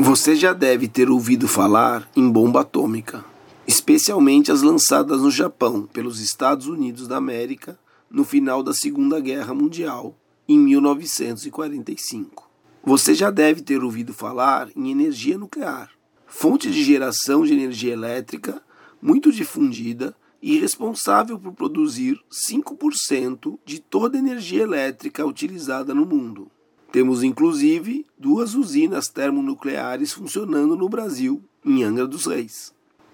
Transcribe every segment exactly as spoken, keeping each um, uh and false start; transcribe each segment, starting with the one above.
Você já deve ter ouvido falar em bomba atômica, especialmente as lançadas no Japão pelos Estados Unidos da América no final da Segunda Guerra Mundial, em mil novecentos e quarenta e cinco. Você já deve ter ouvido falar em energia nuclear, fonte de geração de energia elétrica muito difundida e responsável por produzir cinco por cento de toda a energia elétrica utilizada no mundo. Temos, inclusive, duas usinas termonucleares funcionando no Brasil, em Angra dos Reis.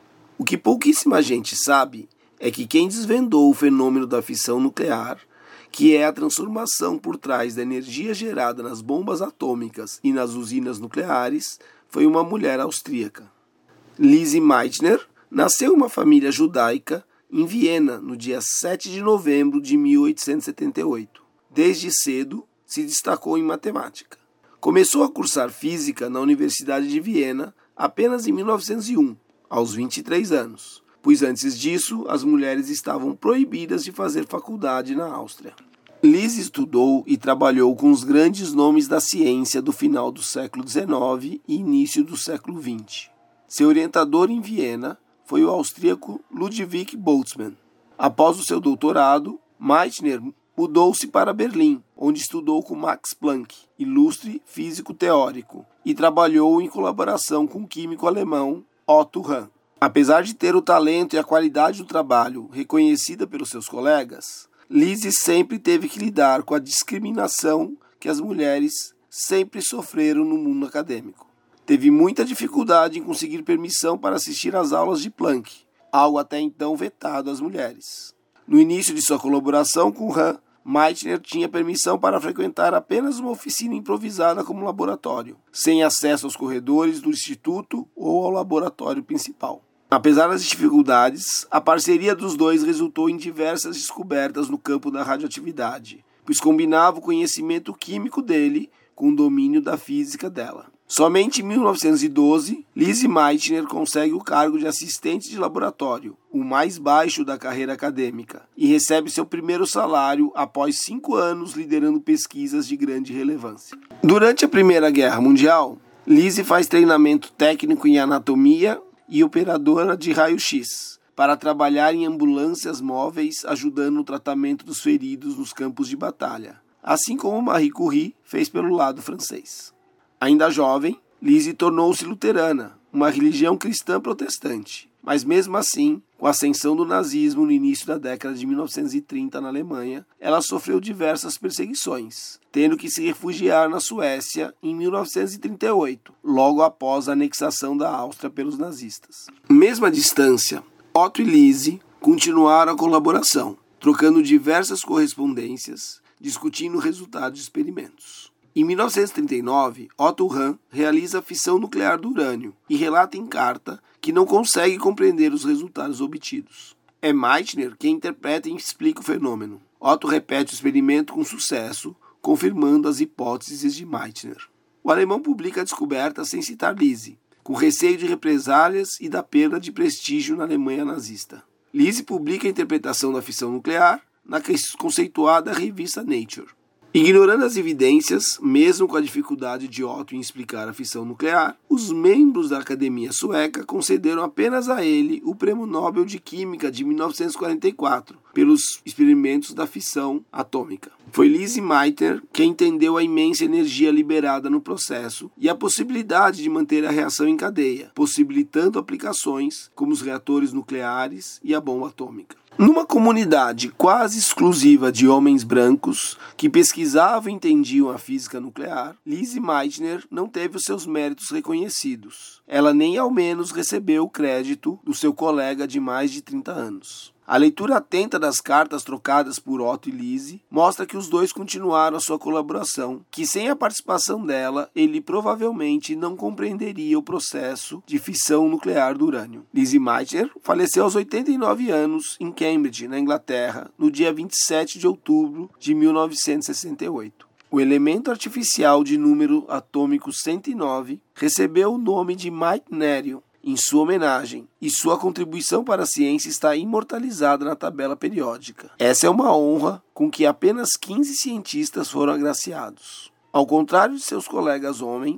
O que pouquíssima gente sabe é que quem desvendou o fenômeno da fissão nuclear, que é a transformação por trás da energia gerada nas bombas atômicas e nas usinas nucleares, foi uma mulher austríaca. Lise Meitner nasceu em uma família judaica em Viena no dia sete de novembro de mil oitocentos e setenta e oito. Desde cedo, se destacou em matemática. Começou a cursar física na Universidade de Viena apenas em mil novecentos e um, aos vinte e três anos, pois antes disso as mulheres estavam proibidas de fazer faculdade na Áustria. Lise estudou e trabalhou com os grandes nomes da ciência do final do século dezenove e início do século vinte. Seu orientador em Viena foi o austríaco Ludwig Boltzmann. Após o seu doutorado, Meitner mudou-se para Berlim, onde estudou com Max Planck, ilustre físico teórico, e trabalhou em colaboração com o químico alemão Otto Hahn. Apesar de ter o talento e a qualidade do trabalho reconhecida pelos seus colegas, Lise sempre teve que lidar com a discriminação que as mulheres sempre sofreram no mundo acadêmico. Teve muita dificuldade em conseguir permissão para assistir às aulas de Planck, algo até então vetado às mulheres. No início de sua colaboração com Hahn, Meitner tinha permissão para frequentar apenas uma oficina improvisada como laboratório, sem acesso aos corredores do instituto ou ao laboratório principal. Apesar das dificuldades, a parceria dos dois resultou em diversas descobertas no campo da radioatividade, pois combinava o conhecimento químico dele com o domínio da física dela. Somente em mil novecentos e doze, Lise Meitner consegue o cargo de assistente de laboratório, o mais baixo da carreira acadêmica, e recebe seu primeiro salário após cinco anos liderando pesquisas de grande relevância. Durante a Primeira Guerra Mundial, Lise faz treinamento técnico em anatomia e operadora de raio-x, para trabalhar em ambulâncias móveis ajudando no tratamento dos feridos nos campos de batalha, assim como Marie Curie fez pelo lado francês. Ainda jovem, Lise tornou-se luterana, uma religião cristã protestante, mas mesmo assim, com a ascensão do nazismo no início da década de mil novecentos e trinta na Alemanha, ela sofreu diversas perseguições, tendo que se refugiar na Suécia em mil novecentos e trinta e oito, logo após a anexação da Áustria pelos nazistas. Mesmo à distância, Otto e Lise continuaram a colaboração, trocando diversas correspondências, discutindo resultados de experimentos. Em mil novecentos e trinta e nove, Otto Hahn realiza a fissão nuclear do urânio e relata em carta que não consegue compreender os resultados obtidos. É Meitner quem interpreta e explica o fenômeno. Otto repete o experimento com sucesso, confirmando as hipóteses de Meitner. O alemão publica a descoberta sem citar Lise, com receio de represálias e da perda de prestígio na Alemanha nazista. Lise publica a interpretação da fissão nuclear na conceituada revista Nature. Ignorando as evidências, mesmo com a dificuldade de Otto em explicar a fissão nuclear, os membros da Academia Sueca concederam apenas a ele o Prêmio Nobel de Química de mil novecentos e quarenta e quatro, pelos experimentos da fissão atômica. Foi Lise Meitner quem entendeu a imensa energia liberada no processo e a possibilidade de manter a reação em cadeia, possibilitando aplicações como os reatores nucleares e a bomba atômica. Numa comunidade quase exclusiva de homens brancos que pesquisavam e entendiam a física nuclear, Lise Meitner não teve os seus méritos reconhecidos. Ela nem ao menos recebeu o crédito do seu colega de mais de trinta anos. A leitura atenta das cartas trocadas por Otto e Lise mostra que os dois continuaram a sua colaboração, que sem a participação dela, ele provavelmente não compreenderia o processo de fissão nuclear do urânio. Lise Meitner faleceu aos oitenta e nove anos em Cambridge, na Inglaterra, no dia vinte e sete de outubro de mil novecentos e sessenta e oito. O elemento artificial de número atômico cento e nove recebeu o nome de Meitnerium em sua homenagem, e sua contribuição para a ciência está imortalizada na tabela periódica. Essa é uma honra com que apenas quinze cientistas foram agraciados. Ao contrário de seus colegas homens,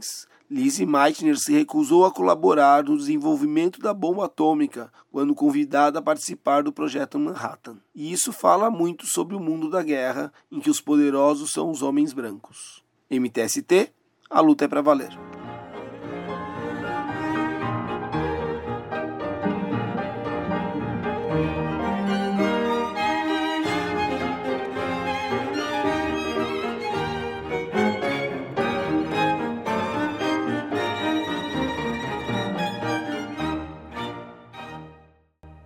Lizzie Meitner se recusou a colaborar no desenvolvimento da bomba atômica quando convidada a participar do Projeto Manhattan. E isso fala muito sobre o mundo da guerra, em que os poderosos são os homens brancos. M T S T, a luta é para valer.